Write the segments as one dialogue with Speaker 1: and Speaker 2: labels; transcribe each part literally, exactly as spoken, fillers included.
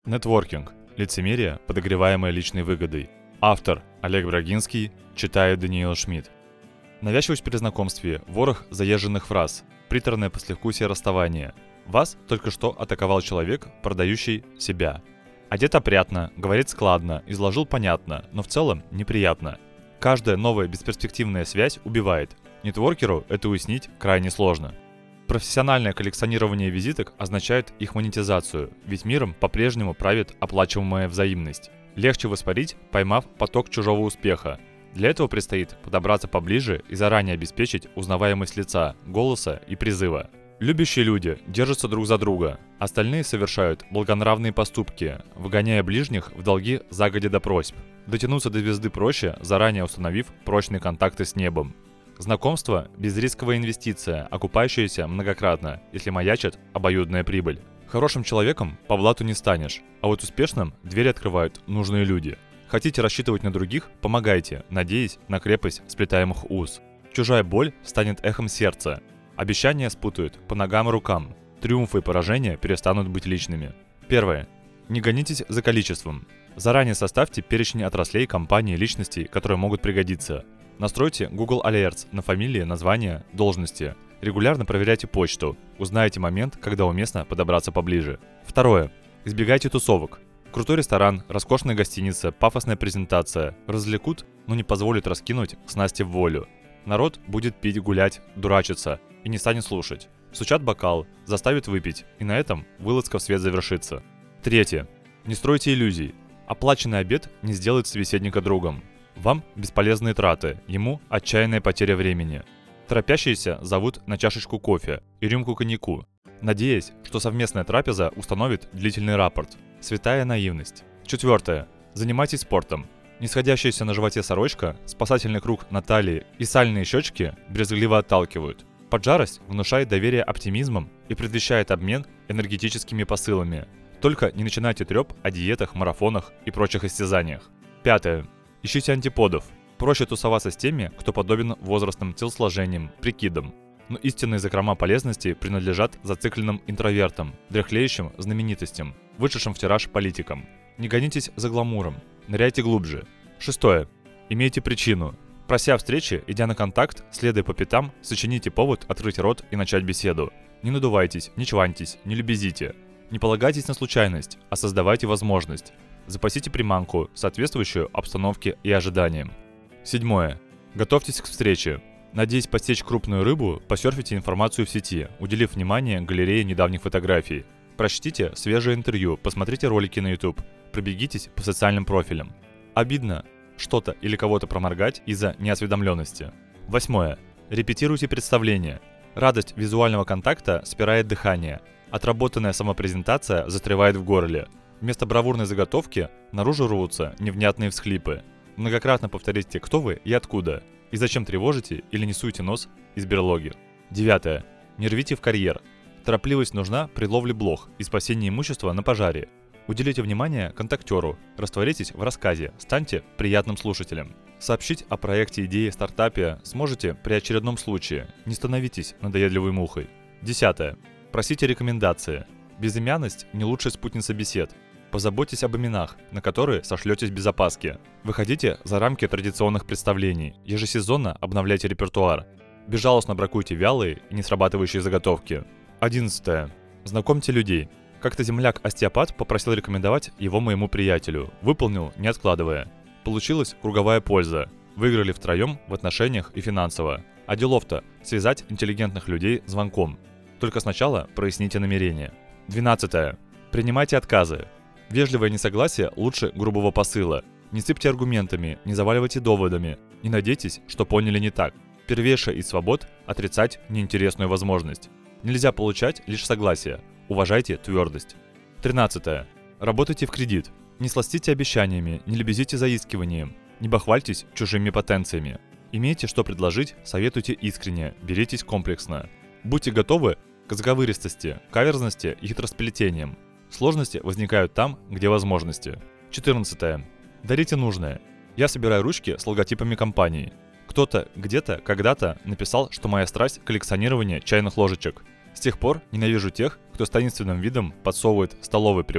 Speaker 1: Нетворкинг. Лицемерие, подогреваемое личной выгодой. Автор Олег Брагинский, читает Даниил Шмидт. Навязчивость при знакомстве, ворох заезженных фраз, приторное послевкусие расставания. Вас только что атаковал человек, продающий себя. Одет опрятно, говорит складно, изложил понятно, но в целом неприятно. Каждая новая бесперспективная связь убивает. Нетворкеру это уяснить крайне сложно. Профессиональное коллекционирование визиток означает их монетизацию, ведь миром по-прежнему правит оплачиваемая взаимность. Легче воспарить, поймав поток чужого успеха. Для этого предстоит подобраться поближе и заранее обеспечить узнаваемость лица, голоса и призыва. Любящие люди держатся друг за друга, остальные совершают благонравные поступки, выгоняя ближних в долги загодя до просьб. Дотянуться до звезды проще, заранее установив прочные контакты с небом. Знакомство – безрисковая инвестиция, окупающаяся многократно, если маячит обоюдная прибыль. Хорошим человеком по блату не станешь, а вот успешным двери открывают нужные люди. Хотите рассчитывать на других – помогайте, надеясь на крепость сплетаемых уз. Чужая боль станет эхом сердца. Обещания спутают по ногам и рукам. Триумфы и поражения перестанут быть личными. Первое. Не гонитесь за количеством. Заранее составьте перечень отраслей, компаний и личностей, которые могут пригодиться. Настройте Google Alerts на фамилии, названия, должности. Регулярно проверяйте почту. Узнаете момент, когда уместно подобраться поближе. Второе. Избегайте тусовок. Крутой ресторан, роскошная гостиница, пафосная презентация развлекут, но не позволят раскинуть снасти в волю. Народ будет пить, гулять, дурачиться и не станет слушать. Стучат бокал, заставят выпить, и на этом вылазка в свет завершится. Третье. Не стройте иллюзий. Оплаченный обед не сделает собеседника другом. Вам бесполезные траты, ему отчаянная потеря времени. Торопящиеся зовут на чашечку кофе и рюмку коньяку, надеясь, что совместная трапеза установит длительный рапорт. Святая наивность. Четвертое. Занимайтесь спортом. Нисходящаяся на животе сорочка, спасательный круг на талии и сальные щечки брезгливо отталкивают. Поджарость внушает доверие оптимизмом и предвещает обмен энергетическими посылами. Только не начинайте треп о диетах, марафонах и прочих истязаниях. Пятое. Ищите антиподов. Проще тусоваться с теми, кто подобен возрастным телосложением, прикидам. Но истинные закрома полезности принадлежат зацикленным интровертам, дряхлеющим знаменитостям, вышедшим в тираж политикам. Не гонитесь за гламуром, ныряйте глубже. Шестое. Имейте причину. Прося встречи, идя на контакт, следуя по пятам, сочините повод открыть рот и начать беседу. Не надувайтесь, не чваньтесь, не лебезите. Не полагайтесь на случайность, а создавайте возможность. Запасите приманку, соответствующую обстановке и ожиданиям. Седьмое. Готовьтесь к встрече. Надеясь постичь крупную рыбу, посерфите информацию в сети, уделив внимание галерее недавних фотографий. Прочтите свежее интервью, посмотрите ролики на YouTube, пробегитесь по социальным профилям. Обидно что-то или кого-то проморгать из-за неосведомленности. Восьмое. Репетируйте представление. Радость визуального контакта спирает дыхание. Отработанная самопрезентация застревает в горле. Вместо бравурной заготовки наружу рвутся невнятные всхлипы. Многократно повторите, кто вы и откуда, и зачем тревожите или не суете нос из берлоги. Девятое. Не рвите в карьер. Торопливость нужна при ловле блох и спасении имущества на пожаре. Уделите внимание контактеру, растворитесь в рассказе, станьте приятным слушателем. Сообщить о проекте, идее, стартапе сможете при очередном случае, не становитесь надоедливой мухой. Десятое. Просите рекомендации. Безымянность – не лучшая спутница бесед. Позаботьтесь об именах, на которые сошлетесь без опаски. Выходите за рамки традиционных представлений, ежесезонно обновляйте репертуар. Безжалостно бракуйте вялые и не срабатывающие заготовки. Одиннадцатое. Знакомьте людей. Как-то земляк-остеопат попросил рекомендовать его моему приятелю. Выполнил, не откладывая. Получилась круговая польза. Выиграли втроем в отношениях и финансово. А делов-то связать интеллигентных людей звонком. Только сначала проясните намерения. Двенадцатое. Принимайте отказы. Вежливое несогласие лучше грубого посыла. Не сыпьте аргументами, не заваливайте доводами. Не надейтесь, что поняли не так. Первейшее из свобод – отрицать неинтересную возможность. Нельзя получать лишь согласие. Уважайте твердость. Тринадцатое. Работайте в кредит. Не сластите обещаниями, не лебезите заискиванием. Не бахвальтесь чужими потенциями. Имейте что предложить, советуйте искренне, беритесь комплексно. Будьте готовы к заковыристости, каверзности и хитросплетениям. Сложности возникают там, где возможности. четырнадцатое. Дарите нужное. Я собираю ручки с логотипами компании. Кто-то где-то когда-то написал, что моя страсть – коллекционирование чайных ложечек. С тех пор ненавижу тех, кто с таинственным видом подсовывает столовый прибор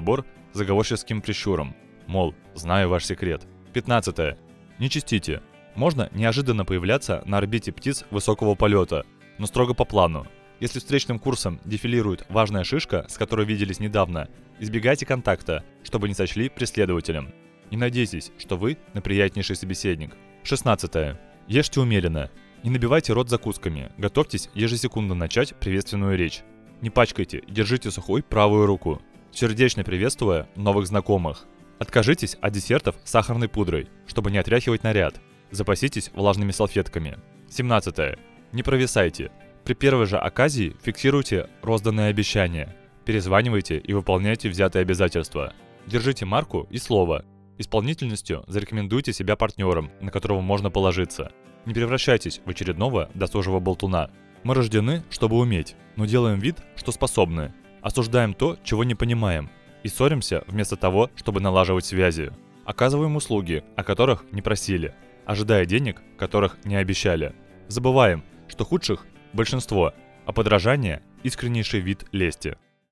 Speaker 1: заговорческим прищуром. Мол, знаю ваш секрет. пятнадцатое. Не чистите. Можно неожиданно появляться на орбите птиц высокого полета, но строго по плану. Если встречным курсом дефилирует важная шишка, с которой виделись недавно, избегайте контакта, чтобы не сочли преследователем. Не надейтесь, что вы наприятнейший собеседник. шестнадцатое. Ешьте умеренно. Не набивайте рот закусками. Готовьтесь ежесекундно начать приветственную речь. Не пачкайте и держите сухой правую руку, сердечно приветствуя новых знакомых. Откажитесь от десертов с сахарной пудрой, чтобы не отряхивать наряд. Запаситесь влажными салфетками. семнадцатое. Не провисайте. При первой же оказии фиксируйте розданные обещания. Перезванивайте и выполняйте взятые обязательства. Держите марку и слово. Исполнительностью зарекомендуйте себя партнером, на которого можно положиться. Не превращайтесь в очередного досужего болтуна. Мы рождены, чтобы уметь, но делаем вид, что способны. Осуждаем то, чего не понимаем. И ссоримся вместо того, чтобы налаживать связи. Оказываем услуги, о которых не просили. Ожидая денег, которых не обещали. Забываем, что худших большинство, а подражание – искреннейший вид лести.